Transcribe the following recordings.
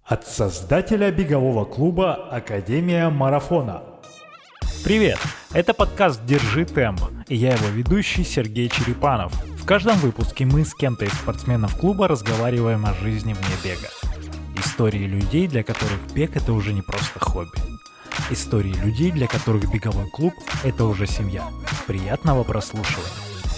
От создателя бегового клуба «Академия марафона». Привет! Это подкаст «Держи темп», и я его ведущий Сергей Черепанов. В каждом выпуске мы с кем-то из спортсменов клуба разговариваем о жизни вне бега. Истории людей, для которых бег — это уже не просто хобби. Истории людей, для которых беговой клуб — это уже семья. Приятного прослушивания!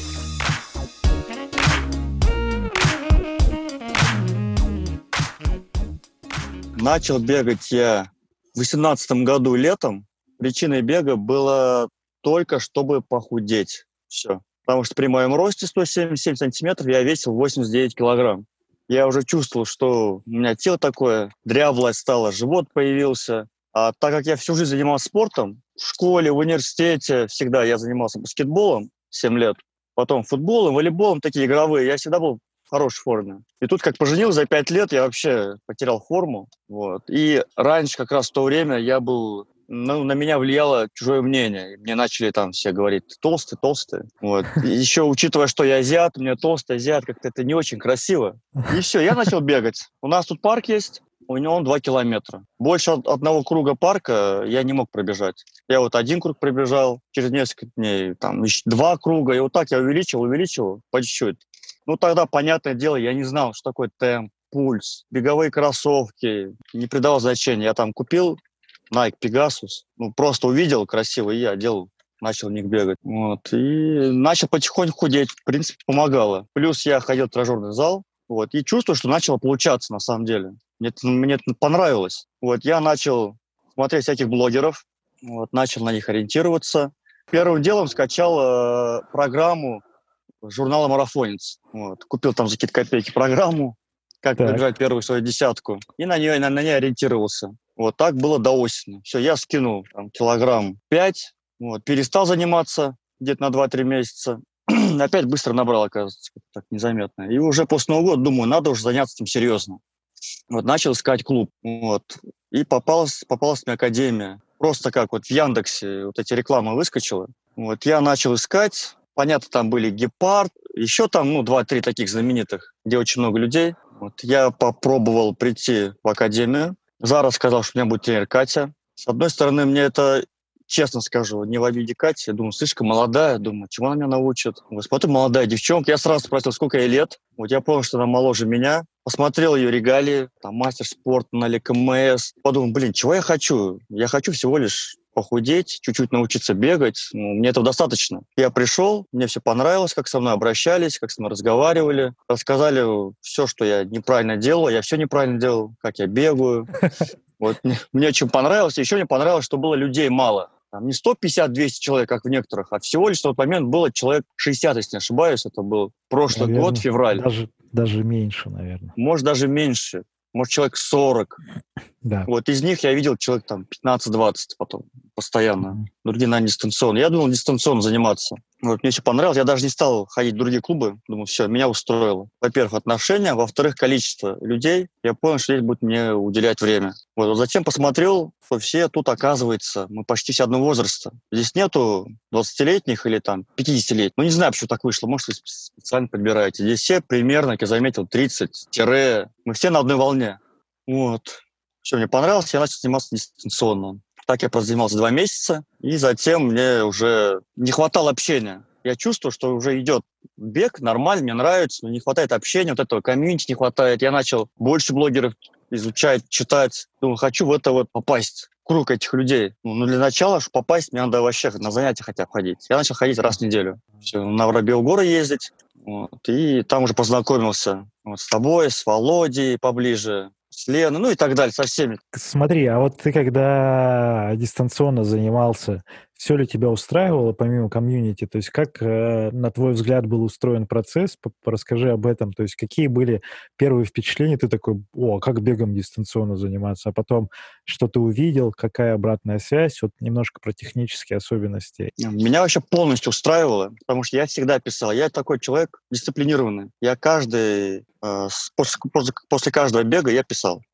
Начал бегать я в 2018 году летом. Причиной бега было только чтобы похудеть. Все. Потому что при моем росте 177 сантиметров я весил 89 килограмм. Я уже чувствовал, что у меня тело такое, дряблое стало, живот появился. А так как я всю жизнь занимался спортом, в школе, в университете всегда я занимался баскетболом 7 лет, потом футболом, волейболом, такие игровые, я всегда был в хорошей форме. И тут, как поженился за 5 лет, я вообще потерял форму. Вот. И раньше, как раз в то время, я был... на меня влияло чужое мнение. Мне начали там все говорить: толстый, толстый. Вот. И еще, учитывая, что я азиат, мне толстый азиат, как-то это не очень красиво. И все, я начал бегать. У нас тут парк есть, у него он 2 километра. Больше одного круга парка я не мог пробежать. Я вот один круг пробежал, через несколько дней там еще 2 круга, и вот так я увеличивал по чуть-чуть. Ну, тогда, понятное дело, я не знал, что такое темп, пульс, беговые кроссовки, не придавал значения. Я там купил Nike Pegasus, просто увидел красиво, и я начал в них бегать. Вот, и начал потихоньку худеть, в принципе, помогало. Плюс я ходил в тренажерный зал, вот, и чувствую, что начало получаться на самом деле. Мне это понравилось. Вот, я начал смотреть всяких блогеров, вот, начал на них ориентироваться. Первым делом скачал программу журнала «Марафонец». Вот, купил там за какие-то копейки программу, как пробежать первую свою десятку, и на ней ориентировался. Вот так было до осени. Все, я скинул там, 5 килограмм, вот, перестал заниматься где-то на 2-3 месяца. Опять быстро набрал, оказывается, так незаметно. И уже после Нового года думаю, надо уже заняться этим серьезно. Вот, начал искать клуб. Вот, и попалась мне академия. Просто как вот в Яндексе вот эти рекламы выскочила. Вот, я начал искать. Понятно, там были «Гепард», еще там 2-3 таких знаменитых, где очень много людей. Вот, я попробовал прийти в академию. Зара сказал, что у меня будет тренер Катя. С одной стороны, мне это, честно скажу, не в обиде Кати. Я думаю, слишком молодая. Думаю, чему она меня научит? Вот, смотрю, молодая девчонка. Я сразу спросил, сколько ей лет. Вот я понял, что она моложе меня. Посмотрел ее регалии. Там мастер спорта на ЛКМС. Подумал, чего я хочу? Я хочу всего лишь похудеть, чуть-чуть научиться бегать. Мне этого достаточно. Я пришел, мне все понравилось, как со мной обращались, как со мной разговаривали. Рассказали все, что я неправильно делал. Я все неправильно делал, как я бегаю. Вот мне очень понравилось. Еще мне понравилось, что было людей мало. Там не 150-200 человек, как в некоторых, а всего лишь в тот момент было человек 60, если не ошибаюсь. Это был прошлый год, февраль. Даже меньше, наверное. Может, даже меньше. Может, человек 40. Да. Вот из них я видел человек там 15-20 потом постоянно. Другие, наверное, дистанционно. Я думал дистанционно заниматься. Вот, мне все понравилось. Я даже не стал ходить в другие клубы. Думаю, все, меня устроило. Во-первых, отношения. Во-вторых, количество людей. Я понял, что здесь будет мне уделять время. Вот затем посмотрел, что все тут, оказывается, мы почти все одного возраста. Здесь нету 20-летних или там 50-летних. Не знаю, почему так вышло. Может, вы специально подбираете. Здесь все примерно, как я заметил, 30-. Мы все на одной волне. Вот. Все, мне понравилось, я начал заниматься дистанционно. Так я просто занимался 2 месяца, и затем мне уже не хватало общения. Я чувствую, что уже идет бег, нормально, мне нравится, но не хватает общения, вот этого комьюнити не хватает. Я начал больше блогеров изучать, читать. Думаю, хочу в это вот попасть, в круг этих людей. Для начала, чтобы попасть, мне надо вообще на занятия хотя бы ходить. Я начал ходить раз в неделю. Все, на Воробьевы ездить, вот, и там уже познакомился с тобой, с Володей поближе, с Леной, и так далее, со всеми. Смотри, а вот ты когда дистанционно занимался, все ли тебя устраивало помимо комьюнити? То есть как, на твой взгляд, был устроен процесс? Расскажи об этом. То есть какие были первые впечатления? Ты такой, как бегом дистанционно заниматься? А потом, что ты увидел, какая обратная связь? Вот немножко про технические особенности. Меня вообще полностью устраивало, потому что я всегда писал. Я такой человек дисциплинированный. Я после каждого бега я писал,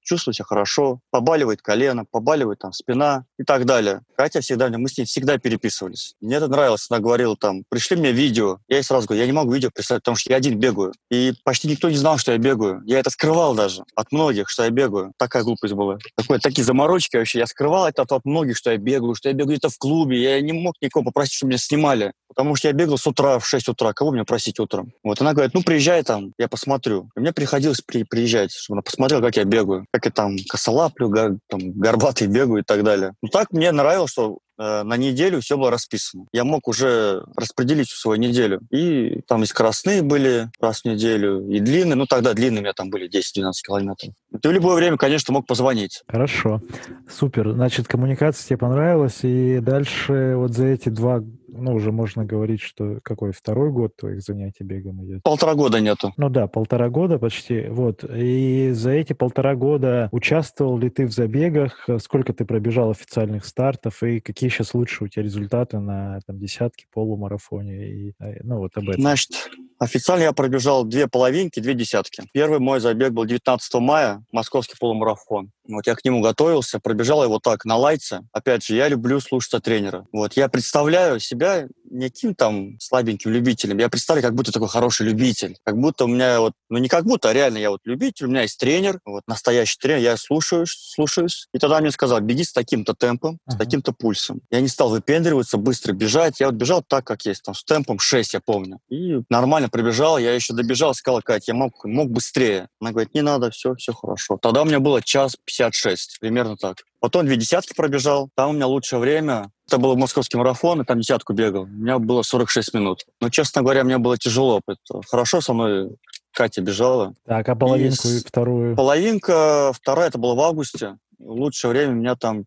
чувствую себя хорошо, побаливает колено, побаливает там спина и так далее. Катя всегда, мы с ней всегда переписывались. Мне это нравилось, она говорила там, пришли мне видео. Я ей сразу говорю, я не могу видео прислать, потому что я один бегаю. И почти никто не знал, что я бегаю. Я это скрывал даже от многих, что я бегаю. Такая глупость была. Такие заморочки вообще. Я скрывал это от многих, что я бегаю где-то в клубе. Я не мог никого попросить, чтобы меня снимали. Потому что я бегал с утра, в 6 утра. Кого мне просить утром? Вот она говорит, приезжай там, я посмотрю. И мне приходилось приезжать, чтобы она посмотрела, как я бегаю. Как я там косолаплю, горбатый бегаю и так далее. Так мне нравилось, что на неделю все было расписано. Я мог уже распределить свою неделю. И там и скоростные были раз в неделю, и длинные. Тогда длинные у меня там были 10-12 километров. Ты в любое время, конечно, мог позвонить. Хорошо. Супер. Значит, коммуникация тебе понравилась. И дальше вот за эти 2, уже можно говорить, что какой второй год твоих занятий бегом идет? 1,5 года нету. Да, 1,5 года почти. Вот. И за эти 1,5 года участвовал ли ты в забегах? Сколько ты пробежал официальных стартов? И какие сейчас лучшие у тебя результаты на десятке, полумарафоне? И, вот об этом. Значит, официально я пробежал 2 половинки, 2 десятки. Первый мой забег был 19 мая, московский полумарафон. Я к нему готовился, пробежал его так, на лайце. Опять же, я люблю слушаться тренера. Я представляю себя не каким там слабеньким любителем. Я представляю, как будто такой хороший любитель. Как будто у меня не как будто, а реально я любитель, у меня есть тренер, настоящий тренер, я слушаюсь. И тогда мне сказал, беги с таким-то темпом, с таким-то пульсом. Я не стал выпендриваться, быстро бежать. Я бежал так, как есть, с темпом 6, я помню. И нормально пробежал, я еще добежал, сказал, Кать, я мог быстрее. Она говорит, не надо, все хорошо. Тогда у меня было 1:56, примерно так. Потом 2 десятки пробежал, там у меня лучшее время. Это был московский марафон, и там десятку бегал. У меня было 46 минут. Честно говоря, мне было тяжело. Хорошо со мной Катя бежала. Так, а половинку и вторую? Половинка, вторая, это было в августе. Лучшее время у меня там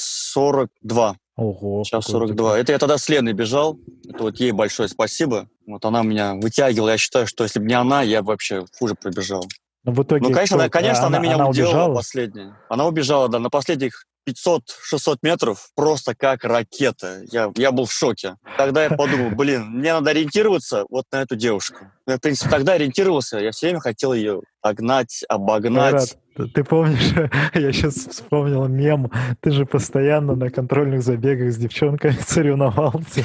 1:42. Ого. 1:42. Это я тогда с Леной бежал. Это ей большое спасибо. Она меня вытягивала. Я считаю, что если бы не она, я бы вообще хуже пробежал. В итоге конечно, она меня уделала убежала? последней. Она убежала, да, на последних 500-600 метров просто как ракета. Я был в шоке. Тогда я подумал, мне надо ориентироваться на эту девушку. Я, в принципе, тогда ориентировался, я все время хотел ее догнать, обогнать. Марат, ты помнишь, я сейчас вспомнил мем, ты же постоянно на контрольных забегах с девчонками соревновался.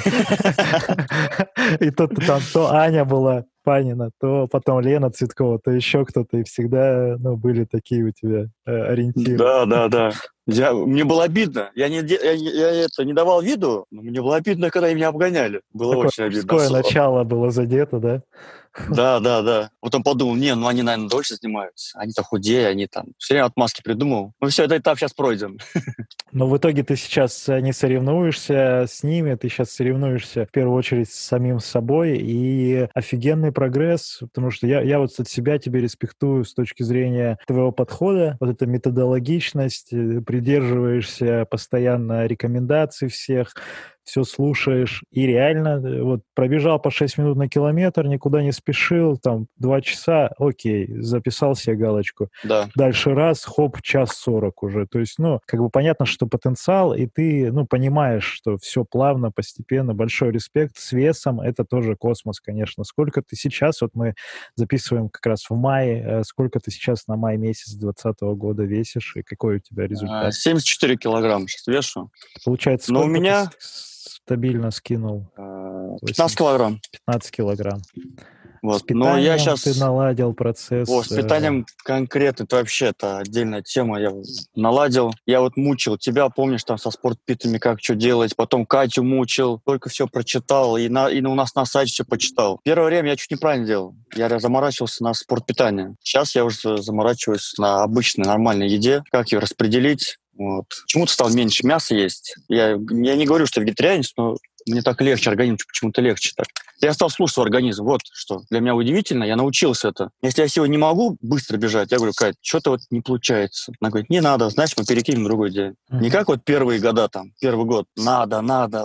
И то Аня была Панина, то потом Лена Цветкова, то еще кто-то, и всегда были такие у тебя ориентиры. Да. Мне было обидно. Я не давал виду, но мне было обидно, когда меня обгоняли. Было очень обидно. Такое начало было задето, да? Да. Потом подумал, они, наверное, дольше занимаются. Они-то худее, они там все время отмазки придумал. Все, этот этап сейчас пройдем. Но в итоге ты сейчас не соревнуешься с ними, ты сейчас соревнуешься в первую очередь с самим собой, и офигенный прогресс, потому что я от себя тебе респектую с точки зрения твоего подхода, эта методологичность, придерживаешься постоянно рекомендаций всех, все слушаешь, и реально пробежал по 6 минут на километр, никуда не спешил, 2 часа, окей, записал себе галочку. Да. Дальше хоп, 1:40 уже. То есть, понятно, что потенциал, и ты, понимаешь, что все плавно, постепенно, большой респект. С весом это тоже космос, конечно. Сколько ты сейчас, мы записываем как раз в мае, сколько ты сейчас на май месяц 2020 года весишь, и какой у тебя результат? 74 килограмма сейчас вешу. Получается, сколько у меня стабильно скинул? 15 килограмм. 15 килограмм. С питанием ты наладил процесс. С питанием конкретно, это отдельная тема. Я наладил. Я мучил тебя, помнишь, там со спортпитами, как что делать. Потом Катю мучил. Только все прочитал. И у нас на сайте все почитал. Первое время я чуть неправильно делал. Я заморачивался на спортпитание. Сейчас я уже заморачиваюсь на обычной нормальной еде. Как ее распределить. Почему-то стал меньше мяса есть. Я не говорю, что вегетарианец, но мне так легче, организм почему-то легче так. Я стал слушать свой организм. Вот что для меня удивительно, я научился это. Если я сегодня не могу быстро бежать, я говорю, Кать, что-то не получается. Она говорит, не надо, значит, мы перекинем в другой день. Не как первые года, первый год, надо.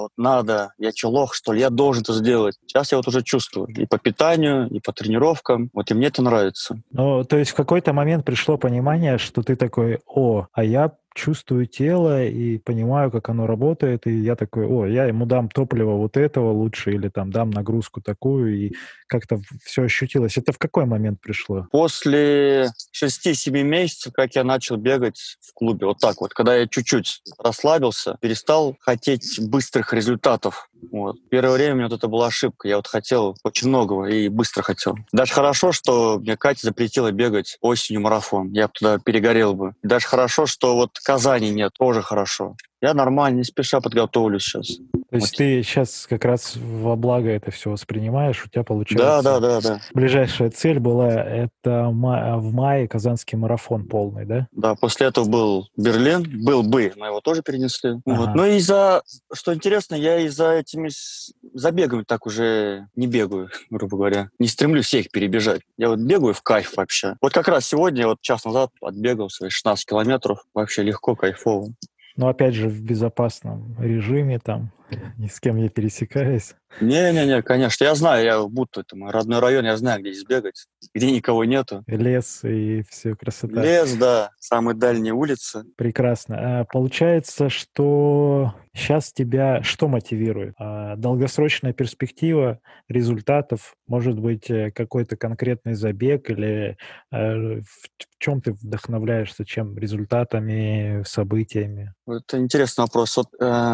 Я что, лох, что ли? Я должен это сделать. Сейчас я уже чувствую. И по питанию, и по тренировкам. И мне это нравится. То есть в какой-то момент пришло понимание, что ты такой, а я чувствую тело и понимаю, как оно работает, и я такой, я ему дам топливо вот этого лучше, или там дам нагрузку такую, и как-то все ощутилось. Это в какой момент пришло? После 6-7 месяцев, как я начал бегать в клубе, вот так вот, когда я чуть-чуть расслабился, перестал хотеть быстрых результатов. Вот. Первое время у меня вот это была ошибка. Я вот хотел очень многого и быстро хотел. Даже хорошо, что мне Катя запретила бегать осенью марафон. Я бы туда перегорел бы. Даже хорошо, что вот Казани нет, тоже хорошо. Я нормально, не спеша подготовлюсь сейчас. То есть ты сейчас как раз во благо это все воспринимаешь, у тебя получается... Да. Ближайшая цель была это в мае Казанский марафон полный, да? Да, после этого был Берлин, был бы, но его тоже перенесли. Ага. Вот. Но что интересно, я из-за этими забегами так уже не бегаю, грубо говоря. Не стремлюсь всех перебежать. Я вот бегаю в кайф вообще. Вот как раз сегодня, вот час назад отбегал свои 16 километров. Вообще легко, кайфово. Но опять же в безопасном режиме, там, ни с кем не пересекаясь. Не, конечно. Я знаю, я будто это мой родной район, я знаю, где здесь бегать, где никого нету. Лес и все, красота. Лес, да, самые дальние улицы. Прекрасно. Получается, что сейчас тебя что мотивирует? Долгосрочная перспектива результатов, может быть, какой-то конкретный забег или в чем ты вдохновляешься, чем? Результатами, событиями? Это интересный вопрос. Вот,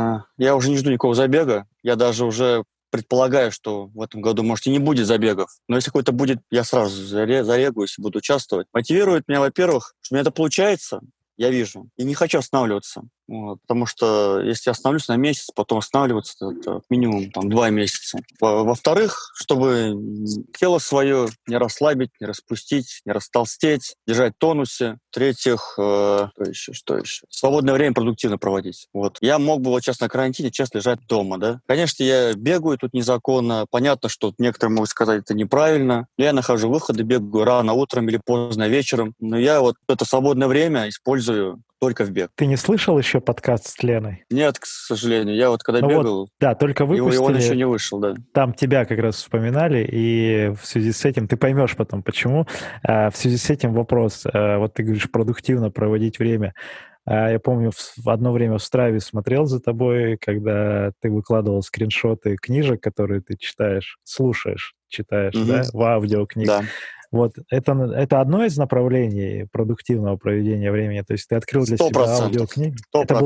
я уже не жду никакого забега. Я даже уже предполагаю, что в этом году, может, и не будет забегов. Но если какой-то будет, я сразу зарегуюсь и буду участвовать. Мотивирует меня, во-первых, что у меня это получается, я вижу, и не хочу останавливаться. Вот, потому что если я остановлюсь на месяц, потом останавливаться, это минимум 2 месяца. Во-вторых, чтобы тело свое не расслабить, не распустить, не растолстеть, держать в тонусе. В-третьих, что еще? Свободное время продуктивно проводить. Вот. Я мог бы вот сейчас на карантине часто лежать дома, да. Конечно, я бегаю тут незаконно. Понятно, что некоторые могут сказать, это неправильно. Я нахожу выходы, бегаю рано утром или поздно вечером. Но я вот это свободное время использую только в бег. Ты не слышал еще подкаст с Леной? Нет, к сожалению. Я вот когда бегал... Вот, да, только выпустили. Он еще не вышел, да. Там тебя как раз вспоминали, и в связи с этим, ты поймешь потом, почему. В связи с этим вопрос. Вот ты говоришь, продуктивно проводить время. Я помню, в одно время в Страве смотрел за тобой, когда ты выкладывал скриншоты книжек, которые ты читаешь, читаешь, да, в аудиокниг. Да. Вот это одно из направлений продуктивного проведения времени. То есть ты открыл для себя аудиокниги.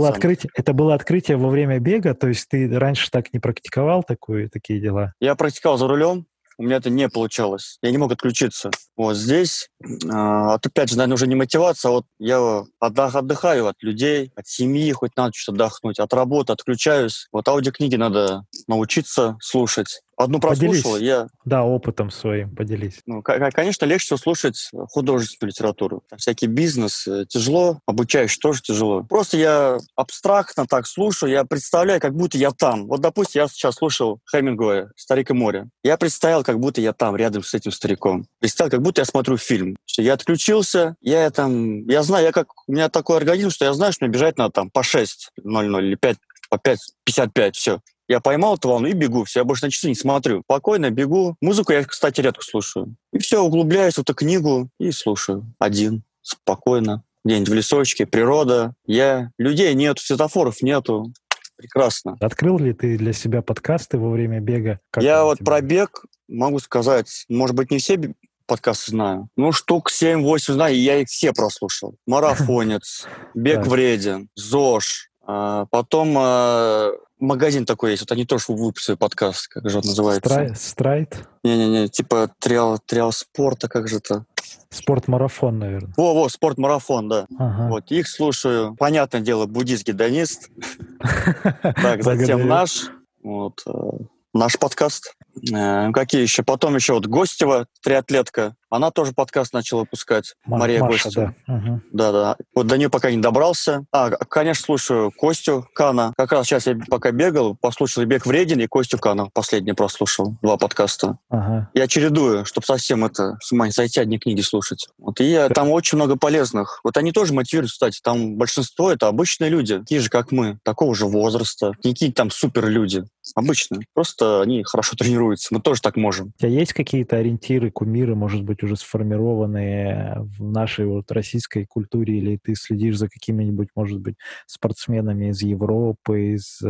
Это было открытие во время бега. То есть ты раньше так не практиковал такие дела? Я практиковал за рулем. У меня это не получалось. Я не мог отключиться. Вот здесь, опять же, наверное, уже не мотивация, а вот я отдыхаю от людей, от семьи, хоть надо что-то отдохнуть, от работы отключаюсь. Вот аудиокниги надо научиться слушать. Одну прослушал, я... Да, опытом своим поделись. Конечно, легче всего слушать художественную литературу. Всякий бизнес тяжело, обучающий тоже тяжело. Просто я абстрактно так слушаю, я представляю, как будто я там. Вот, допустим, я сейчас слушал Хемингуэя «Старик и море». Я представил, как будто я там, рядом с этим стариком. Представил, как будто я смотрю фильм. Я отключился, я знаю, у меня такой организм, что я знаю, что мне бежать надо там по 6:00 или 5:55, все. Я поймал эту волну и бегу. Все, я больше на часы не смотрю. Спокойно бегу. Музыку я, кстати, редко слушаю. И все, углубляюсь в эту книгу и слушаю. Один. Спокойно. Где-нибудь в лесочке, природа. Людей нету, светофоров нету. Прекрасно. Открыл ли ты для себя подкасты во время бега? Я вот про бег могу сказать, может быть, не все подкасты знаю. Штук 7-8 знаю, и я их все прослушал. «Марафонец», «Бег вреден», «ЗОЖ». Потом... Магазин такой есть, вот они тоже выпустили подкаст, как же он называется? Страйт? Не-не-не, типа триал спорта, как же это? Спортмарафон, наверное. Во, спортмарафон, да. Ага. Вот, их слушаю. Понятное дело, буддист-гедонист. Так, затем наш подкаст. Какие еще? Потом еще вот Гостева, триатлетка. Она тоже подкаст начала выпускать. Мария Гостева. Да. Вот до нее пока не добрался. Конечно, слушаю Костю Кана. Как раз сейчас я пока бегал, послушал «Бег вреден» и Костю Кана. Последний прослушал. 2 подкаста. Ага. Я чередую, чтобы совсем с ума не сойти, одни книги слушать. Вот, там очень много полезных. Вот они тоже мотивируют, кстати. Там большинство — это обычные люди, такие же, как мы, такого же возраста. Не какие-то там суперлюди. Обычные. Просто они хорошо тренируются. тренируются. Мы тоже так можем. У тебя есть какие-то ориентиры, кумиры, может быть, уже сформированные в нашей вот российской культуре, или ты следишь за какими-нибудь, может быть, спортсменами из Европы, из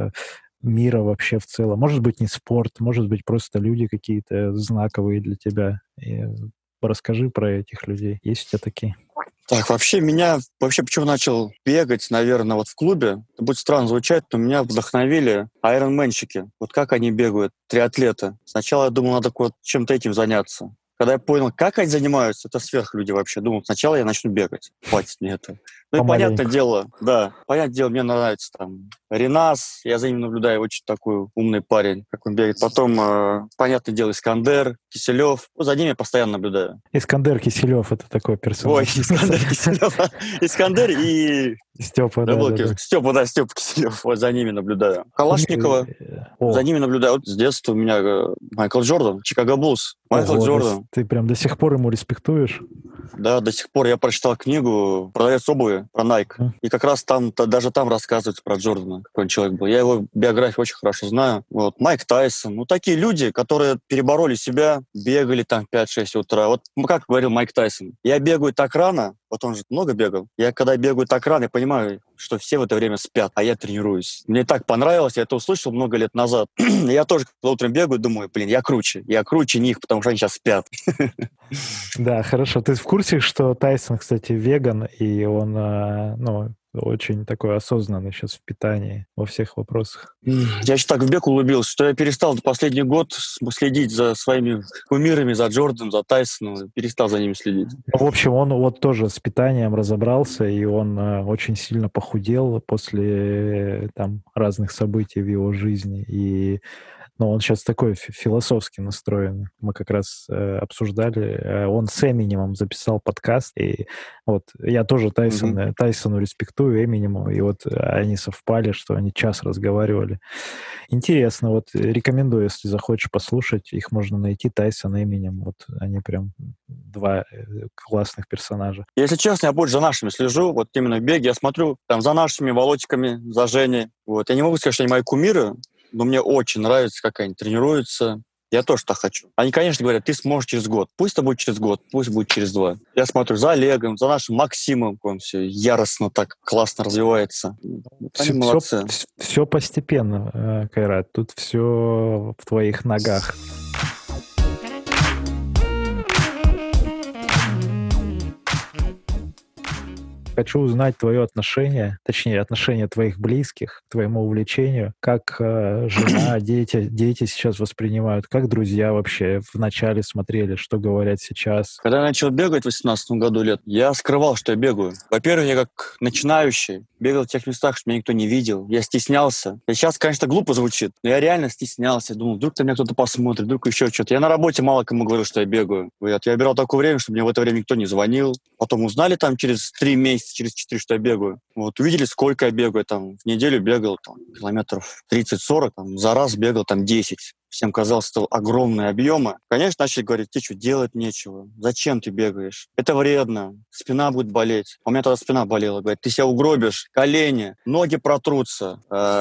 мира вообще в целом? Может быть, не спорт, может быть, просто люди какие-то знаковые для тебя. И расскажи про этих людей. Есть у тебя такие? Так, вообще почему начал бегать, наверное, вот в клубе, это будет странно звучать, но меня вдохновили айронменщики. Вот как они бегают, триатлеты. Сначала я думал, надо вот чем-то этим заняться. Когда я понял, как они занимаются, это сверхлюди вообще. Думал, сначала я начну бегать. Хватит мне это. Ну и понятное дело, мне нравится там Ренас, я за ним наблюдаю, очень такой умный парень, как он бегает. Потом, понятное дело, Искандер, Киселев. Ну, за ними я постоянно наблюдаю. Искандер Киселев — это такой персонаж. Ой, Искандер Киселев. Искандер и... Степа, да. Степа Киселев. Вот за ними наблюдаю. Калашникова. За ними наблюдаю. Вот с детства у меня Майкл Джордан, Чикаго Буллс. Майкл Джордан. Ты прям до сих пор ему респектуешь? Да, до сих пор. Я прочитал книгу «Продавец обуви» про Nike. И как раз даже там рассказывается про Джордана, какой он человек был. Я его биографию очень хорошо знаю. Вот. Майк Тайсон. Ну, такие люди, которые перебороли себя, бегали там в 5-6 утра. Вот как говорил Майк Тайсон. Я бегаю так рано, вот он же много бегал. Я когда бегаю так рано, я понимаю, что все в это время спят, а я тренируюсь. Мне так понравилось, я это услышал много лет назад. Я тоже, когда утром бегаю, думаю, я круче них, потому что они сейчас спят. Да, хорошо. Ты в курсе, что Тайсон, кстати, веган, и он, очень такой осознанный сейчас в питании во всех вопросах? Я еще так в бег улюбился, что я перестал последний год следить за своими кумирами, за Джорданом, за Тайсоном, перестал за ними следить. В общем, он вот тоже с питанием разобрался, и он очень сильно похудел после там разных событий в его жизни, и он сейчас такой философски настроен. Мы как раз обсуждали. Он с Эминемом записал подкаст. И вот я тоже Тайсону респектую, Эминему. И вот они совпали, что они час разговаривали. Интересно. Вот рекомендую, если захочешь послушать. Их можно найти. Тайсон, Эминем. Вот они прям два классных персонажа. Если честно, я больше за нашими слежу. Вот именно в беге я смотрю там за нашими Володьками, за Женей. Вот. Я не могу сказать, что они мои кумиры, но мне очень нравится, как они тренируются. Я тоже так хочу. Они, конечно, говорят, ты сможешь через год. Пусть это будет через год, пусть будет через 2. Я смотрю за Олегом, за нашим Максимом. Он все яростно, так классно развивается. Они молодцы. Все постепенно, Кайрат. Тут все в твоих ногах. Хочу узнать твое отношение, точнее, отношение твоих близких к твоему увлечению. Как жена, дети сейчас воспринимают, как друзья вообще вначале смотрели, что говорят сейчас. Когда я начал бегать в 18 году лет, я скрывал, что я бегаю. Во-первых, я как начинающий бегал в тех местах, что меня никто не видел. Я стеснялся. И сейчас, конечно, глупо звучит, но я реально стеснялся. Думал, вдруг там меня кто-то посмотрит, вдруг еще что-то. Я на работе мало кому говорил, что я бегаю. Я выбирал такое время, чтобы мне в это время никто не звонил. Потом узнали там через 3 месяца, через 4, что я бегаю. Вот, увидели, сколько я бегаю. Там, в неделю бегал там, километров 30-40, там, за раз бегал там 10. Всем казалось, что огромные объемы. Конечно, начали говорить, тебе что, делать нечего? Зачем ты бегаешь? Это вредно. Спина будет болеть. У меня тогда спина болела. Говорит, ты себя угробишь, колени, ноги протрутся,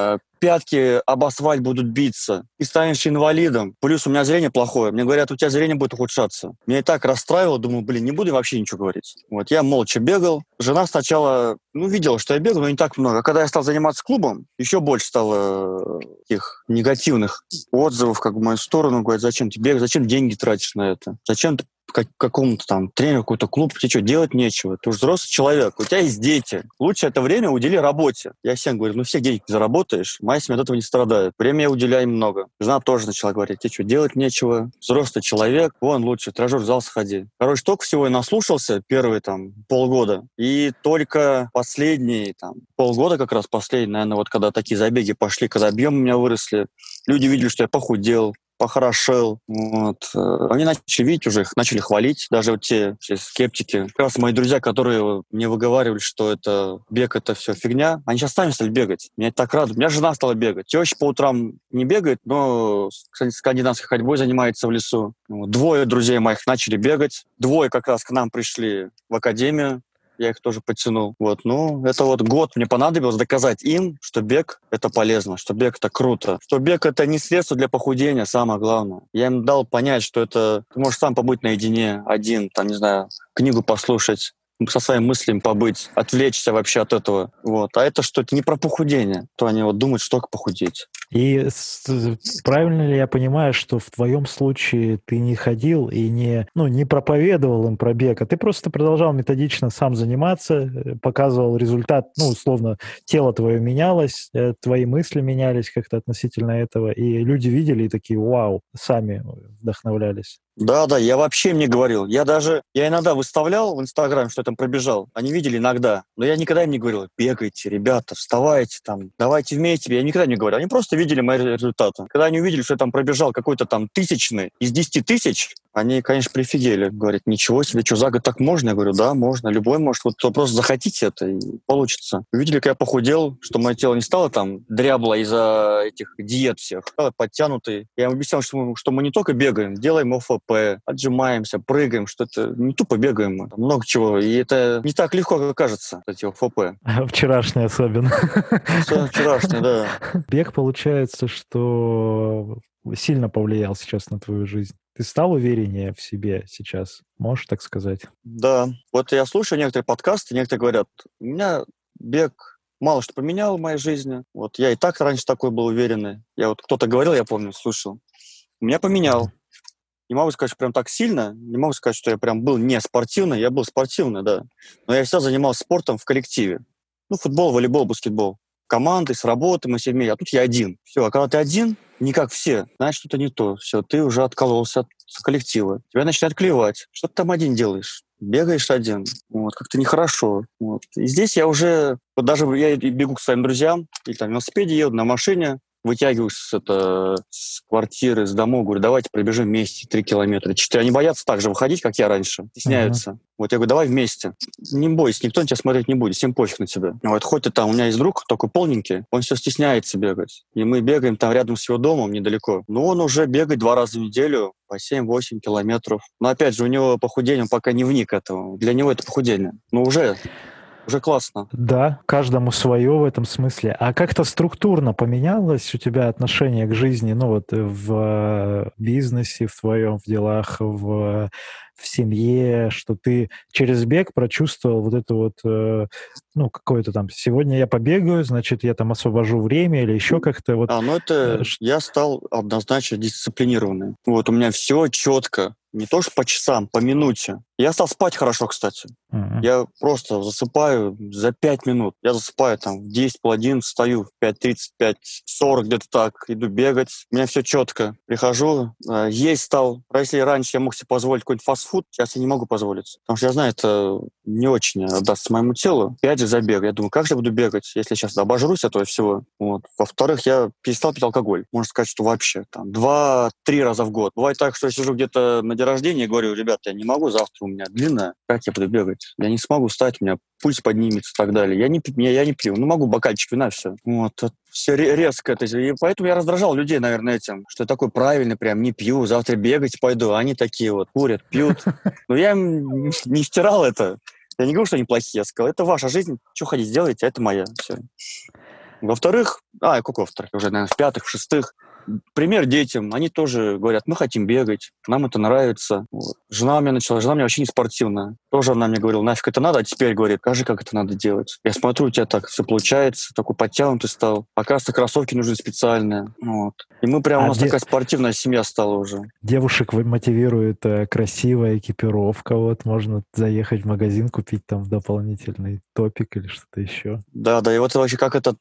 пятки об асфальт будут биться. Ты станешь инвалидом. Плюс у меня зрение плохое. Мне говорят, у тебя зрение будет ухудшаться. Меня и так расстраивало. Думаю, не буду вообще ничего говорить. Вот, я молча бегал. Жена сначала, видела, что я бегал, но не так много. А когда я стал заниматься клубом, еще больше стало таких негативных отзывов как в мою сторону. Говорят, зачем ты бегаешь, зачем деньги тратишь на это? Зачем ты какому-то там тренеру, какой-то клуб, тебе что, делать нечего? Ты уже взрослый человек, у тебя есть дети. Лучше это время удели работе. Я всем говорю, всех денег не заработаешь, моя семья от этого не страдает. Время я уделяю много. Жена тоже начала говорить, тебе что, делать нечего? Взрослый человек, вон лучше, в тренажерный зал сходи. Короче, только всего я наслушался первые полгода. И только последние полгода, как раз последние, наверное, вот когда такие забеги пошли, когда объемы у меня выросли, люди видели, что я похудел, похорошел. Вот. Они начали видеть уже, их начали хвалить. Даже вот те скептики. Как раз мои друзья, которые мне выговаривали, что это бег, это все фигня, они сейчас сами стали бегать. Меня это так радует. У меня жена стала бегать. Теща по утрам не бегает, но, кстати, скандинавской ходьбой занимается в лесу. 2 друзей моих начали бегать. 2 как раз к нам пришли в академию. я их тоже подтянул. Вот, ну, это вот год мне понадобилось доказать им, что бег — это полезно, что бег — это круто, что бег — это не средство для похудения, самое главное. Я им дал понять, что это ты можешь сам побыть наедине, один, там, не знаю, книгу послушать, со своими мыслями побыть, отвлечься вообще от этого. Вот. А это что, это не про похудение. То они вот думают, что только похудеть. И правильно ли я понимаю, что в твоем случае ты не ходил и не проповедовал им про бег, а ты просто продолжал методично сам заниматься, показывал результат, условно, тело твое менялось, твои мысли менялись как-то относительно этого, и люди видели и такие, вау, сами вдохновлялись. Да, я вообще им не говорил. Я иногда выставлял в Инстаграме, что я там пробежал. Они видели иногда. Но я никогда им не говорил, бегайте, ребята, вставайте, там, давайте вместе. Я никогда не говорил. Они просто видели мои результаты. Когда они увидели, что я там пробежал какой-то там тысячный из 10 тысяч, они, конечно, прифигели. Говорят, ничего себе, что, за год так можно? Я говорю, да, можно, любой может. Вот просто захотите это, и получится. Увидели, как я похудел, что мое тело не стало там дрябло из-за этих диет всех. Стало подтянутый. Я им объяснял, что мы не только бегаем, делаем ОФП, отжимаемся, прыгаем, что это не тупо бегаем мы. Много чего. И это не так легко, как кажется, эти ОФП. Вчерашний особенно. Вчерашний, да. Бег, получается, что сильно повлиял сейчас на твою жизнь. Ты стал увереннее в себе сейчас? Можешь так сказать? Да. Вот я слушаю некоторые подкасты, некоторые говорят, у меня бег мало что поменял в моей жизни. Вот я и так раньше такой был уверенный. Я вот кто-то говорил, я помню, слушал. Меня поменял. Не могу сказать, что прям так сильно. Не могу сказать, что я прям был не спортивный. Я был спортивный, да. Но я всегда занимался спортом в коллективе. Футбол, волейбол, баскетбол. Командой, с работы мы все вместе. А тут я один. Все, а когда ты один, не как все, значит, что-то не то. Все, ты уже откололся от коллектива. Тебя начинают клевать. Что ты там один делаешь? Бегаешь один. Вот, как-то нехорошо. Вот. И здесь я уже... Вот даже я бегу к своим друзьям, или там на велосипеде еду, на машине, вытягиваюсь с квартиры, с дома, говорю, давайте пробежим вместе 3 километра. 4. Они боятся так же выходить, как я раньше. Стесняются. Вот я говорю, давай вместе. Не бойся, никто на тебя смотреть не будет, всем пофиг на тебя. Вот хоть ты там, у меня есть друг, такой полненький, он все стесняется бегать. И мы бегаем там рядом с его домом, недалеко. Но он уже бегает 2 раза в неделю по 7-8 километров. Но опять же, у него похудение, он пока не вник этого. Для него это похудение. Но уже классно. Да, каждому свое в этом смысле. А как-то структурно поменялось у тебя отношение к жизни, в бизнесе, в твоем, в делах, в семье, что ты через бег прочувствовал вот это вот, какое-то там, сегодня я побегаю, значит, я там освобожу время или еще как-то вот. Я стал однозначно дисциплинированный. Вот у меня все четко. Не то, что по часам, по минуте. Я стал спать хорошо, кстати. Я просто засыпаю за 5 минут. Я засыпаю там в 10, пол 11, встаю в 5:30, 5:40, где-то так. Иду бегать. У меня все четко. Прихожу, есть стал. Если раньше я мог себе позволить какой-нибудь фастфуд, сейчас я не могу позволить. Потому что я знаю, это не очень отдастся моему телу. Опять же забег. Я думаю, как же я буду бегать, если я сейчас обожрусь этого всего. Вот. Во-вторых, я перестал пить алкоголь. Можно сказать, что вообще там 2-3 раза в год. Бывает так, что я сижу где-то на день рождения и говорю, ребят, я не могу, завтра у меня длинная, как я буду бегать? Я не смогу встать, у меня пульс поднимется и так далее. Я не пью. Могу бокальчик вина, все. Вот. Все резко это. И поэтому я раздражал людей, наверное, этим, что я такой правильный, прям не пью, завтра бегать пойду. А они такие вот курят, пьют. Но я им не втирал это. Я не говорю, что они плохие. Я сказал, это ваша жизнь, что хотите, сделайте, а это моя. Все. Во-вторых, во-вторых, уже, наверное, в-пятых, в-шестых, пример детям. Они тоже говорят, мы хотим бегать, нам это нравится. Вот. Жена меня вообще не спортивная. Тоже она мне говорила, нафиг это надо, а теперь говорит, скажи, как это надо делать. Я смотрю, у тебя так все получается, такой подтянутый стал. Оказывается, кроссовки нужны специальные. Вот. И у нас такая спортивная семья стала уже. Девушек мотивирует красивая экипировка. Вот можно заехать в магазин, купить там дополнительный топик или что-то еще. Да, и вот вообще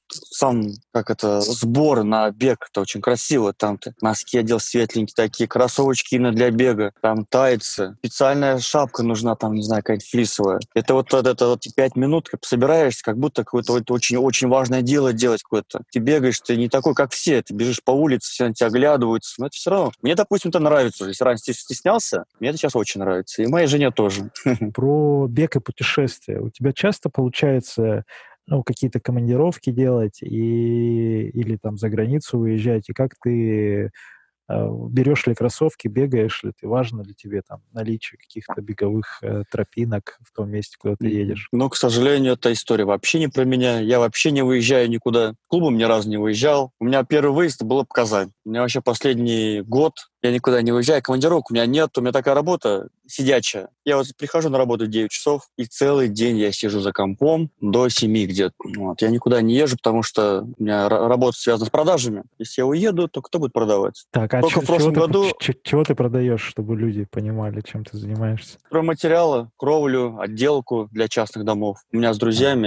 сбор на бег, это очень красиво. Там ты носки одел светленькие такие, кроссовочки именно для бега, там тайцы, специальная шапка нужна, там, не знаю, какая-то флисовая. Это вот 5 минут, как собираешься, как будто какое-то очень-очень важное дело делать какое-то. Ты бегаешь, ты не такой, как все, ты бежишь по улице, все на тебя оглядываются, но это все равно. Мне, допустим, это нравится. Если раньше стеснялся, мне это сейчас очень нравится. И моей жене тоже. Про бег и путешествия. У тебя часто получается какие-то командировки делать или там за границу уезжать, и как ты берешь ли кроссовки, бегаешь ли ты, важно ли тебе там наличие каких-то беговых тропинок в том месте, куда ты едешь? Но, к сожалению, эта история вообще не про меня. Я вообще не выезжаю никуда. В клубом ни разу не выезжал. У меня первый выезд был в Казань. У меня вообще последний год я никуда не выезжаю. Командировок у меня нет. У меня такая работа сидячая. Я вот прихожу на работу в 9 часов, и целый день я сижу за компом до 7 где-то. Вот. Я никуда не езжу, потому что у меня работа связана с продажами. Если я уеду, то кто будет продавать? Так, а Только в прошлом году чего ты продаешь, чтобы люди понимали, чем ты занимаешься? стройматериалы, кровлю, отделку для частных домов. У нас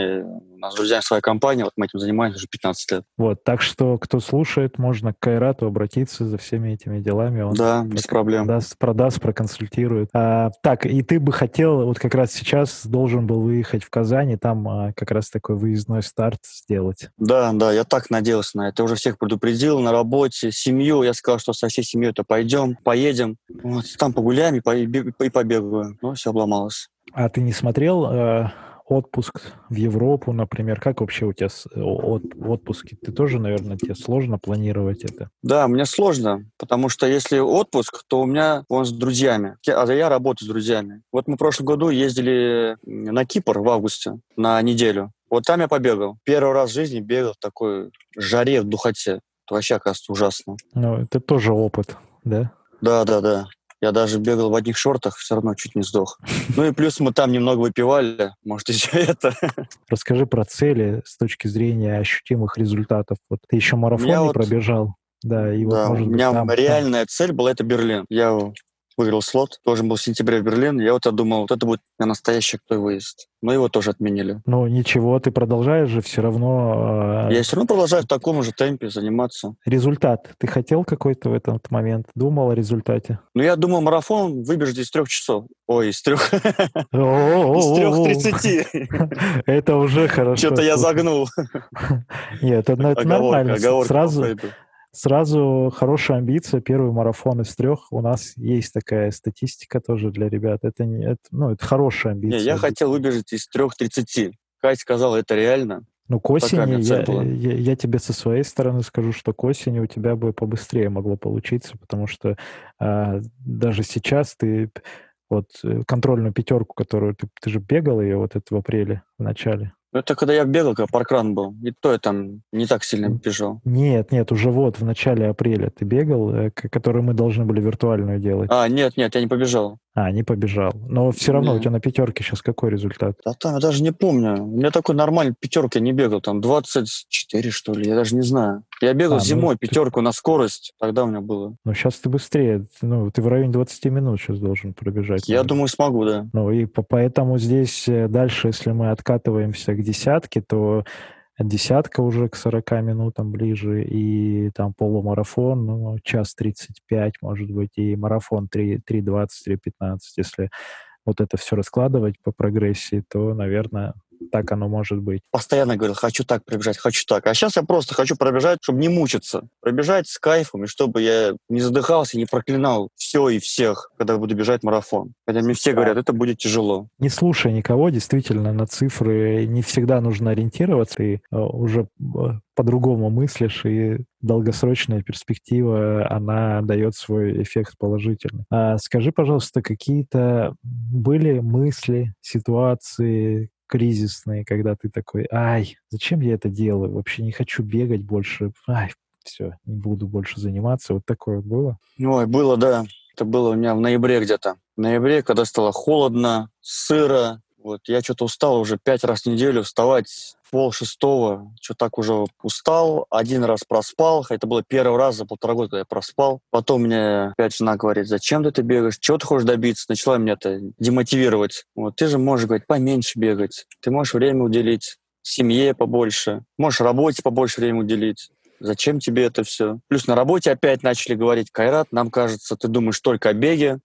с друзьями своя компания, вот мы этим занимаемся уже 15 лет. Вот, так что, кто слушает, можно к Кайрату обратиться за всеми этими делами. Он Да, без проблем. продаст, проконсультирует. Так, и ты бы хотел, вот как раз сейчас должен был выехать в Казань, и там как раз такой выездной старт сделать. Да, я так надеялся на это. Я уже всех предупредил на работе, семью. Я сказал, что со всей семьей-то пойдем, поедем. Вот, там погуляем и побегаю. Но все обломалось. А ты не смотрел отпуск в Европу, например? Как вообще у тебя отпуски? Ты тоже, наверное, тебе сложно планировать это? Да, мне сложно, потому что если отпуск, то у меня он с друзьями, а я работаю с друзьями. Вот мы в прошлом году ездили на Кипр в августе на неделю. Вот там я побегал. Первый раз в жизни бегал в такой жаре, в духоте. Это вообще, оказывается, ужасно. Ну, это тоже опыт, да? Да. Я даже бегал в одних шортах, все равно чуть не сдох. Ну и плюс мы там немного выпивали, может, еще это. Расскажи про цели с точки зрения ощутимых результатов. Вот ты еще марафон не пробежал, да, и вот, может у быть, меня там... реальная цель была — это Берлин. Я выиграл слот, должен был в сентябре в Берлин. Я вот думал, вот это будет настоящий крутой выезд. Но его тоже отменили. Ну, ничего, ты продолжаешь же все равно... Я все равно продолжаю в таком же темпе заниматься. Результат. Ты хотел какой-то в этот момент? Думал о результате? Ну, я думал, марафон выбежит из 3 часов. Ой, из 3... Из 3:30. Это уже хорошо. Что-то я загнул. Нет, это нормально. Оговорка. Сразу хорошая амбиция. Первый марафон из 3. У нас есть такая статистика тоже для ребят. Это хорошая амбиция. Не, я хотел выбежать из 3:30. Катя сказала, это реально. Ну, к осени, я тебе со своей стороны скажу, что к осени у тебя бы побыстрее могло получиться, потому что даже сейчас ты вот контрольную 5, которую ты же бегал ее вот это в апреле, в начале. Это когда я бегал, когда паркран был. И то я там не так сильно бежал. Нет, уже вот в начале апреля ты бегал, который мы должны были виртуальную делать. Нет, я не побежал. Не побежал. Но все равно у тебя на 5 сейчас какой результат? Да там я даже не помню. У меня такой нормальный 5 я не бегал. Там 24, что ли, я даже не знаю. Я бегал зимой 5 на скорость. Тогда у меня было. Ну, сейчас ты быстрее. Ну, ты в районе 20 минут сейчас должен пробежать. Я думаю, смогу, да. Ну, и поэтому здесь дальше, если мы откатываемся к десятке, то десятка уже к 40 минутам ближе, и там полумарафон, 1:35, может быть, и марафон 3:20, 3:15. Если вот это все раскладывать по прогрессии, то, наверное, так оно может быть. Постоянно говорил, хочу так пробежать, хочу так. А сейчас я просто хочу пробежать, чтобы не мучиться. Пробежать с кайфом, и чтобы я не задыхался, не проклинал все и всех, когда буду бежать марафон. Хотя мне все говорят, это будет тяжело. Не слушай никого, действительно, на цифры не всегда нужно ориентироваться. Ты уже по-другому мыслишь, и долгосрочная перспектива, она дает свой эффект положительный. Скажи, пожалуйста, какие-то были мысли, ситуации кризисные, когда ты такой, зачем я это делаю? Вообще не хочу бегать больше. Все, не буду больше заниматься. Вот такое вот было? Ой, было, да. Это было у меня в ноябре где-то. В ноябре, когда стало холодно, сыро. Вот, я что-то устал уже 5 раз в неделю вставать 5:30. Что так уже устал. 1 раз проспал. Это было первый раз за 1,5 года, когда я проспал. Потом мне опять жена говорит, зачем ты бегаешь? Чего ты хочешь добиться? Начала меня это демотивировать. Вот, ты же можешь, говорить, поменьше бегать. Ты можешь время уделить семье побольше. Можешь работе побольше времени уделить. Зачем тебе это все? Плюс на работе опять начали говорить, Кайрат, нам кажется, ты думаешь только о беге.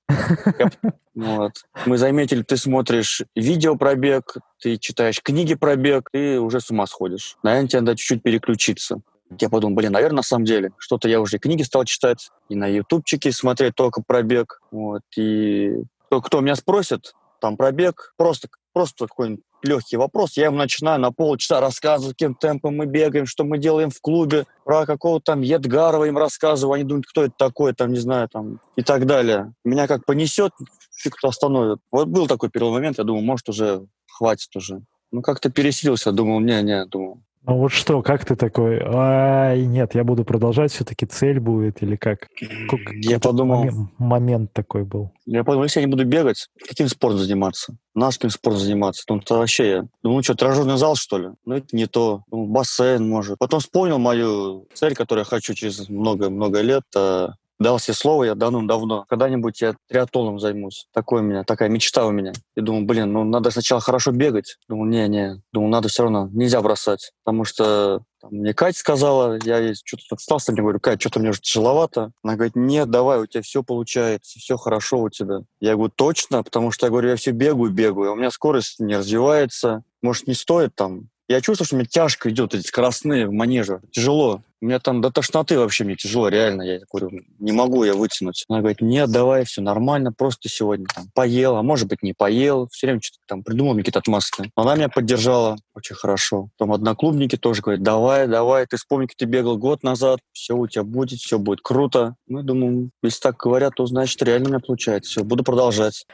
Вот. Мы заметили, ты смотришь видео про бег, ты читаешь книги про бег, ты уже с ума сходишь. Наверное, тебе надо чуть-чуть переключиться. Я подумал, наверное, на самом деле, что-то я уже книги стал читать, и на ютубчике смотреть только про бег. Вот. И кто меня спросит, там про бег, просто какой-нибудь легкий вопрос, я ему начинаю на полчаса рассказывать, каким темпом мы бегаем, что мы делаем в клубе, про какого-то там Едгарова им рассказываю, они думают, кто это такой, там, не знаю, там, и так далее. Меня как понесет, фиг кто остановит. Вот был такой первый момент, я думал, может, уже хватит уже. Ну, как-то пересилился, думал, думал. Ну вот что, как ты такой, ай, нет, я буду продолжать, все-таки цель будет, или как? Я подумал, момент такой был. Я подумал, если я не буду бегать, каким спортом заниматься? Наш каким спортом заниматься? Думаю, вообще я. Думаю, ну что, тренажерный зал, что ли? Ну, это не то. Думаю, бассейн, может. Потом вспомнил мою цель, которую я хочу через много-много лет. Дал себе слово я давно. Когда-нибудь я триатлоном займусь. Такая мечта у меня. И думаю, ну надо сначала хорошо бегать. Думаю, не. Думаю, надо все равно. Нельзя бросать. Потому что мне Катя сказала, я ей что-то отстался, мне говорю, Катя, что-то мне уже тяжеловато. Она говорит, нет, давай, у тебя все получается, все хорошо у тебя. Я говорю, точно, потому что я говорю, я все бегаю, а у меня скорость не развивается. Может, не стоит там. Я чувствую, что мне тяжко идет, эти скоростные в манеже. Тяжело. У меня там до тошноты вообще мне тяжело, реально. Я говорю, не могу я вытянуть. Она говорит, нет, давай, все нормально, просто сегодня там поел, а может быть не поел. Все время что-то там придумал мне какие-то отмазки. Она меня поддержала очень хорошо. Потом одноклубники тоже говорят, давай, ты вспомни, как ты бегал год назад, все у тебя будет, все будет круто. Ну, я думаю, если так говорят, то значит реально у меня получается. Все, буду продолжать.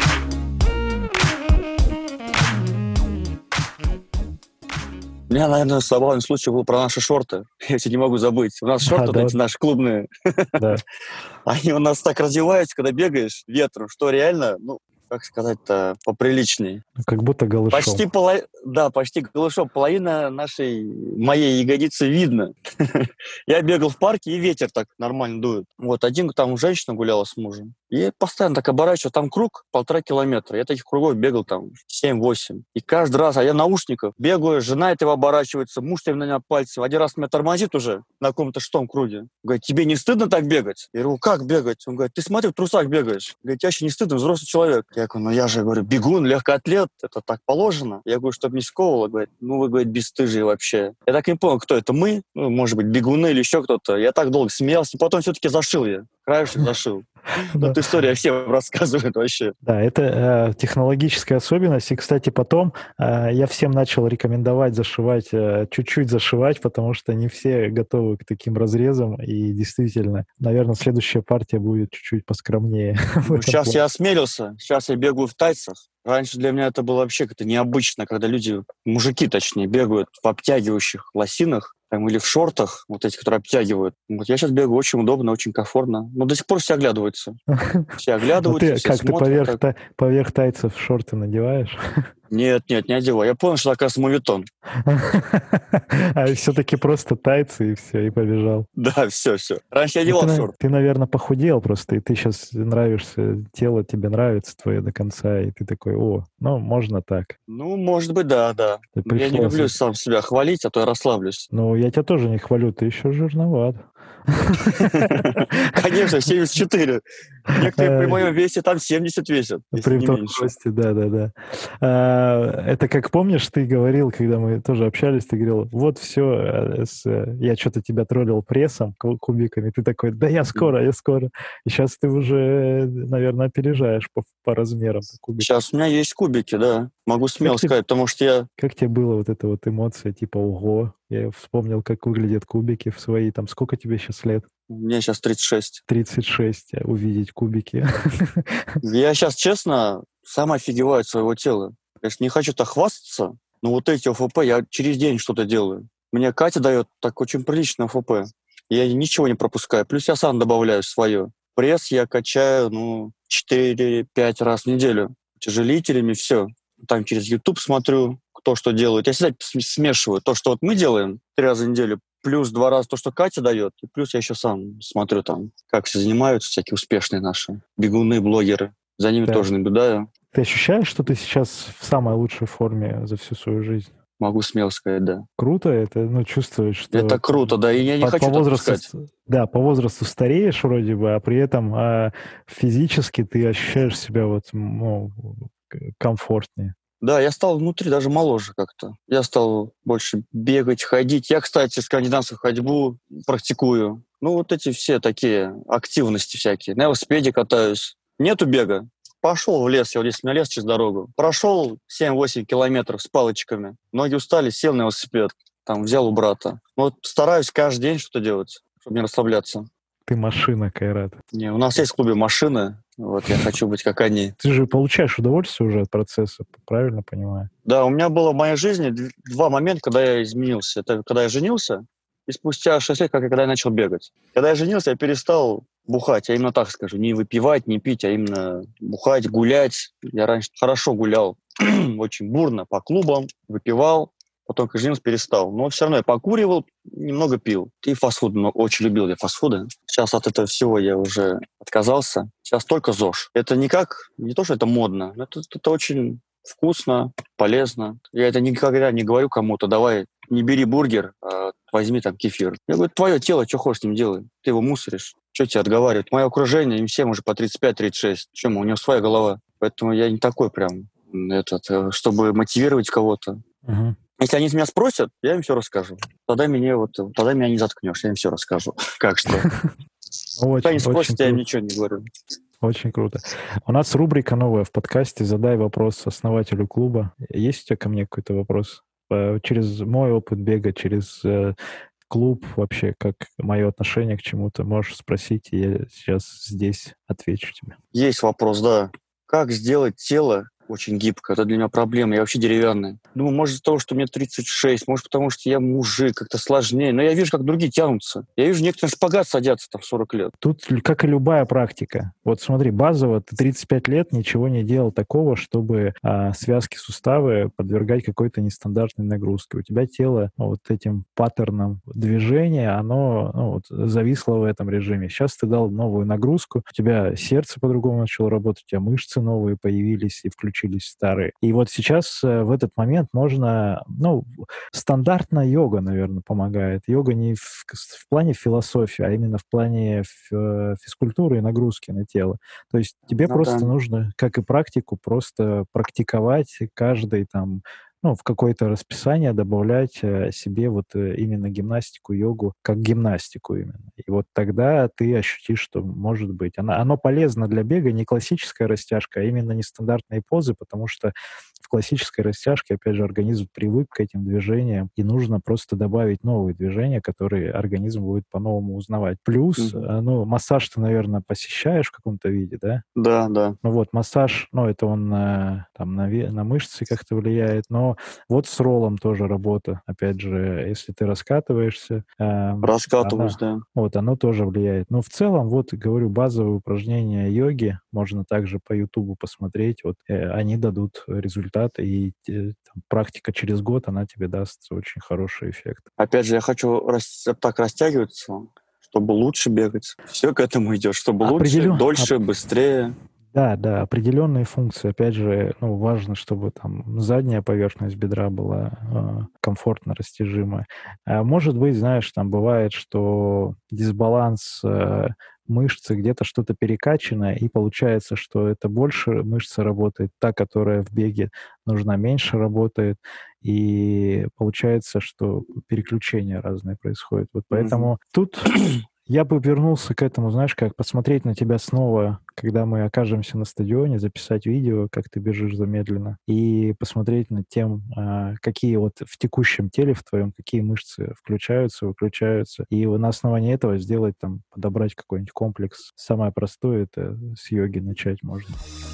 У меня, наверное, забавный случай был про наши шорты. Я все не могу забыть. У нас шорты, эти наши клубные. Они у нас так развиваются, когда бегаешь ветром, что реально, как сказать-то, поприличней. Как будто голышом. Почти голышом. Половина моей ягодицы видно. Я бегал в парке, и ветер так нормально дует. Вот, один там женщина гуляла с мужем. И постоянно так оборачиваю. Там круг 1,5 километра. Я таких кругов бегал там 7-8. И каждый раз, я наушников бегаю, жена этого оборачивается, муж на меня пальцем. Один раз меня тормозит уже на каком-то шестом круге. Говорит, тебе не стыдно так бегать? Я говорю, как бегать? Он говорит, ты смотри, в трусах бегаешь. Говорит, тебе вообще не стыдно, взрослый человек. Я говорю, я же, бегун, легкоатлет, это так положено. Я говорю, чтобы не сковывало. Говорит, вы, говорит, бесстыжие вообще. Я так не понял, кто это, мы? Может быть, бегуны или еще кто-то. Я так долго смеялся, потом все-таки зашил я. Краешек зашил. Эту историю всем рассказывают вообще. Да, это технологическая особенность. И, кстати, потом я всем начал рекомендовать зашивать, чуть-чуть зашивать, потому что не все готовы к таким разрезам. И действительно, наверное, следующая партия будет чуть-чуть поскромнее. Сейчас я осмелился. Сейчас я бегаю в тайцах. Раньше для меня это было вообще как-то необычно, когда мужики точнее, бегают в обтягивающих лосинах или в шортах, вот эти, которые обтягивают. Вот я сейчас бегаю очень удобно, очень комфортно. Но до сих пор все оглядываются. Все оглядываются, все смотрят. Ты поверх тайцев шорты надеваешь? Нет, не одеваю. Я понял, что это, оказывается, моветон. А все-таки просто тайцы, и все, и побежал. Да, все. Раньше я одевал шорты. Ты, наверное, похудел просто, и ты сейчас нравишься, тело тебе нравится твое до конца, и ты такой, можно так. Может быть, да. Я не люблю сам себя хвалить, а то я расслаблюсь. Я тебя тоже не хвалю, ты еще жирноват. Конечно, 74. Некоторые при моем весе там 70 весят. При том росте, да. Это как помнишь, ты говорил, когда мы тоже общались, ты говорил, вот все, я что-то тебя троллил прессом, кубиками, ты такой, да я скоро. И сейчас ты уже, наверное, опережаешь по размерам кубиков. Сейчас у меня есть кубики, да. Могу смело сказать, потому что я... Как тебе было вот эта вот эмоция, типа, ого, я вспомнил, как выглядят кубики в свои, там, сколько тебе сейчас лет? Мне сейчас 36. 36, увидеть кубики. Я сейчас, честно, сам офигеваю от своего тела. Конечно, не хочу так хвастаться, но вот эти ОФП я через день что-то делаю. Мне Катя дает так очень приличный ОФП. Я ничего не пропускаю. Плюс я сам добавляю свое. Пресс я качаю, 4-5 раз в неделю. Утяжелителями, все. Там через YouTube смотрю, кто что делает. Я всегда смешиваю то, что вот мы делаем 3 раза в неделю, плюс 2 раза то, что Катя дает, и плюс я еще сам смотрю там, как все занимаются, всякие успешные наши бегуны, блогеры. За ними тоже наблюдаю. Ты ощущаешь, что ты сейчас в самой лучшей форме за всю свою жизнь? Могу смело сказать, да. Круто это, чувствуешь, что... Это круто, да, и я не хочу отпускать. Да, по возрасту стареешь вроде бы, а при этом физически ты ощущаешь себя комфортнее. Да, я стал внутри даже моложе как-то. Я стал больше бегать, ходить. Я, кстати, скандинавскую ходьбу практикую. Вот эти все такие активности всякие. На велосипеде катаюсь. Нету бега. пошел в лес, я вот здесь у меня лес через дорогу, прошел 7-8 километров с палочками, ноги устали, сел на велосипед, там взял у брата. Вот стараюсь каждый день что-то делать, чтобы не расслабляться. Ты машина, Кайрат. Не, у нас есть в клубе машины, вот я хочу быть как они. Ты же получаешь удовольствие уже от процесса, правильно понимаю? Да, у меня было в моей жизни два момента, когда я изменился. Это когда я женился, и спустя 6 лет, когда я начал бегать. Когда я женился, я перестал бухать, я именно так скажу. Не выпивать, не пить, а именно бухать, гулять. Я раньше хорошо гулял, очень бурно, по клубам, выпивал. Потом, как женился, перестал. Но все равно я покуривал, немного пил. И фастфуд, очень любил я фастфуды. Сейчас от этого всего я уже отказался. Сейчас только ЗОЖ. Это не то, что это модно, но это очень вкусно, полезно. Я это никогда не говорю кому-то, давай, не бери бургер, а возьми там кефир. Я говорю, твое тело, что хочешь с ним делай. Ты его мусоришь. Что тебе отговаривают? Мое окружение, им всем уже по 35-36. Чем? У него своя голова. Поэтому я не такой прям, чтобы мотивировать кого-то. Угу. Если они меня спросят, я им все расскажу. Тогда меня не заткнешь, я им все расскажу. Как что? Когда они спросят, я им ничего не говорю. Очень круто. У нас рубрика новая в подкасте «Задай вопрос основателю клуба». Есть у тебя ко мне какой-то вопрос? Через мой опыт бега, через клуб вообще, как мое отношение к чему-то, можешь спросить, и я сейчас здесь отвечу тебе. Есть вопрос, да. Как сделать тело очень гибко? Это для меня проблема. Я вообще деревянный. Думаю, может, из-за того, что мне 36, может, потому что я мужик, как-то сложнее. Но я вижу, как другие тянутся. Я вижу, некоторые в шпагат садятся там в 40 лет. Тут, как и любая практика. Вот смотри, базово ты 35 лет ничего не делал такого, чтобы связки, суставы подвергать какой-то нестандартной нагрузке. У тебя тело вот этим паттерном движения, оно зависло в этом режиме. Сейчас ты дал новую нагрузку, у тебя сердце по-другому начало работать, у тебя мышцы новые появились и включились старые. И вот сейчас в этот момент можно, стандартная йога, наверное, помогает. Йога не в плане философии, а именно в плане физкультуры и нагрузки на тело. То есть тебе просто нужно, как и практику, просто практиковать каждый там, в какое-то расписание добавлять себе вот именно гимнастику, йогу, как гимнастику именно. И вот тогда ты ощутишь, что, может быть, оно полезно для бега, не классическая растяжка, а именно нестандартные позы, потому что в классической растяжке, опять же, организм привык к этим движениям, и нужно просто добавить новые движения, которые организм будет по-новому узнавать. Плюс, массаж ты, наверное, посещаешь в каком-то виде, да? Да. Массаж, это он там на мышцы как-то влияет, но вот с роллом тоже работа. Опять же, если ты раскатываешься... Раскатываюсь, да. Вот, оно тоже влияет. Но в целом, говорю, базовые упражнения йоги можно также по Ютубу посмотреть. Они дадут результат, и практика через год, она тебе даст очень хороший эффект. Опять же, я хочу так растягиваться, чтобы лучше бегать. Все к этому идет, чтобы лучше, дольше, быстрее. Да, определенные функции. Опять же, важно, чтобы там задняя поверхность бедра была комфортно растяжимая. Может быть, знаешь, там бывает, что дисбаланс мышцы, где-то что-то перекачано, и получается, что это больше мышца работает, та, которая в беге нужна, меньше работает, и получается, что переключения разные происходят. Вот поэтому тут... Я бы вернулся к этому, знаешь, как посмотреть на тебя снова, когда мы окажемся на стадионе, записать видео, как ты бежишь замедленно, и посмотреть над тем, какие в текущем теле в твоем, какие мышцы включаются, выключаются, и на основании этого сделать подобрать какой-нибудь комплекс. Самое простое — это с йоги начать можно.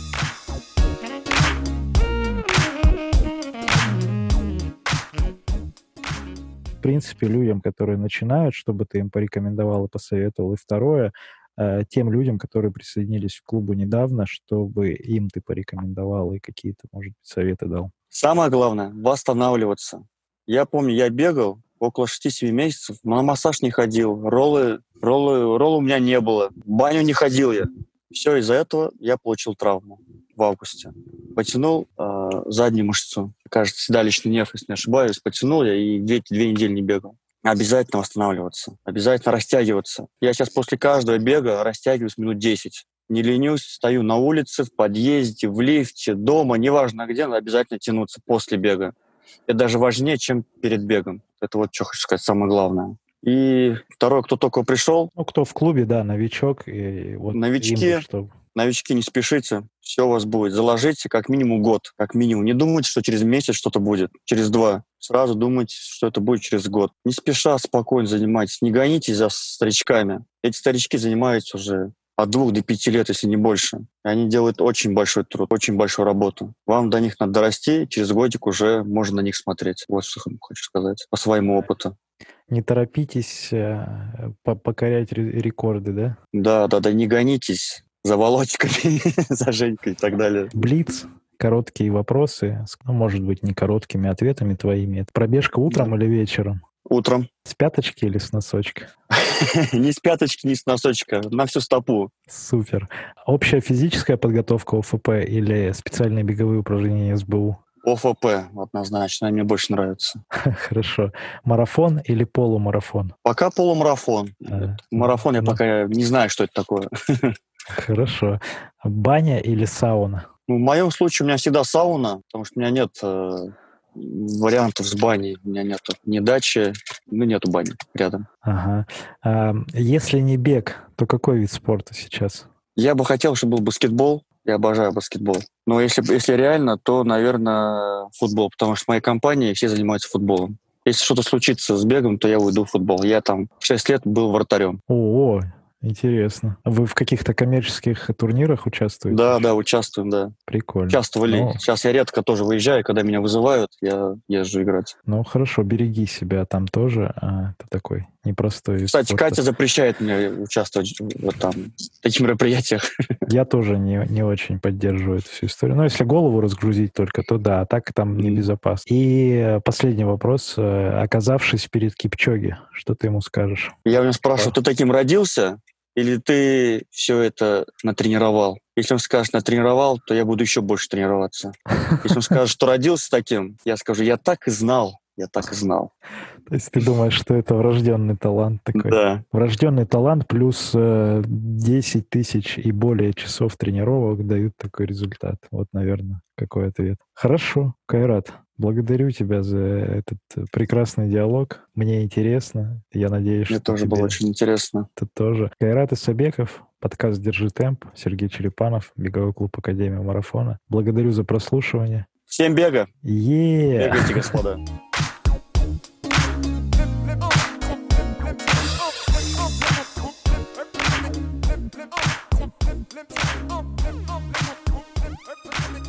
В принципе, людям, которые начинают, чтобы ты им порекомендовал и посоветовал. И второе, тем людям, которые присоединились к клубу недавно, чтобы им ты порекомендовал и какие-то, может быть, советы дал. Самое главное — восстанавливаться. Я помню, я бегал около 6-7 месяцев, на массаж не ходил, роллы у меня не было, в баню не ходил я. Все из-за этого я получил травму в августе. Потянул заднюю мышцу, кажется, седалищный нерв, если не ошибаюсь, потянул я и 2 недели не бегал. Обязательно восстанавливаться, обязательно растягиваться. Я сейчас после каждого бега растягиваюсь минут 10. Не ленюсь, стою на улице, в подъезде, в лифте, дома, неважно где, но обязательно тянуться после бега. Это даже важнее, чем перед бегом. Это что хочу сказать, самое главное. И второй, кто только пришел. Кто в клубе, да, новичок. И новички, Новички, не спешите, все у вас будет. Заложите как минимум год, как минимум. Не думайте, что через месяц что-то будет, через 2. Сразу думайте, что это будет через год. Не спеша, спокойно занимайтесь. Не гонитесь за старичками. Эти старички занимаются уже от 2 до 5 лет, если не больше. И они делают очень большой труд, очень большую работу. Вам до них надо дорасти, через годик уже можно на них смотреть. Вот что хочу сказать по своему опыту. Не торопитесь покорять рекорды, да? Да, не гонитесь за Володьками, за Женькой и так далее. Блиц. Короткие вопросы, может быть, не короткими ответами твоими. Это пробежка утром или вечером? Утром. С пяточки или с носочка? Ни с пяточки, ни с носочка. На всю стопу. Супер. Общая физическая подготовка ОФП или специальные беговые упражнения СБУ? ОФП, однозначно. Мне больше нравится. Хорошо. Марафон или полумарафон? Пока полумарафон. Марафон я пока не знаю, что это такое. Хорошо. Баня или сауна? В моем случае у меня всегда сауна, потому что у меня нет вариантов с баней. У меня нет ни дачи, нету бани рядом. Ага. Если не бег, то какой вид спорта сейчас? Я бы хотел, чтобы был баскетбол. Я обожаю баскетбол. Но если реально, то, наверное, футбол, потому что в моей компании все занимаются футболом. Если что-то случится с бегом, то я уйду в футбол. Я там 6 лет был вратарем. О, интересно. Вы в каких-то коммерческих турнирах участвуете? Да, участвуем, да. Прикольно. Участвовали. Сейчас я редко тоже выезжаю, когда меня вызывают, я езжу играть. Ну, хорошо, береги себя там тоже. Это такой непростой вид Кстати, спорта. Катя запрещает мне участвовать в таких мероприятиях. Я тоже не очень поддерживаю эту всю историю. Но если голову разгрузить только, то да, а так там небезопасно. И последний вопрос. Оказавшись перед Кипчоги, что ты ему скажешь? Я у него спрашиваю, ты таким родился? Или ты все это натренировал? Если он скажет натренировал, то я буду еще больше тренироваться. Если он скажет, что родился таким, я скажу, я так и знал. То есть ты думаешь, что это врожденный талант такой? Да. Врожденный талант плюс 10 тысяч и более часов тренировок дают такой результат. Вот, наверное, какой ответ. Хорошо, Кайрат. Благодарю тебя за этот прекрасный диалог. Мне интересно. Я надеюсь, Мне что тоже тебе было очень интересно. это тоже. Кайрат Исабеков, подкаст «Держи темп», Сергей Черепанов, беговой клуб «Академия марафона». Благодарю за прослушивание. Всем бега! Е-е-е! Бегайте, господа! Flip,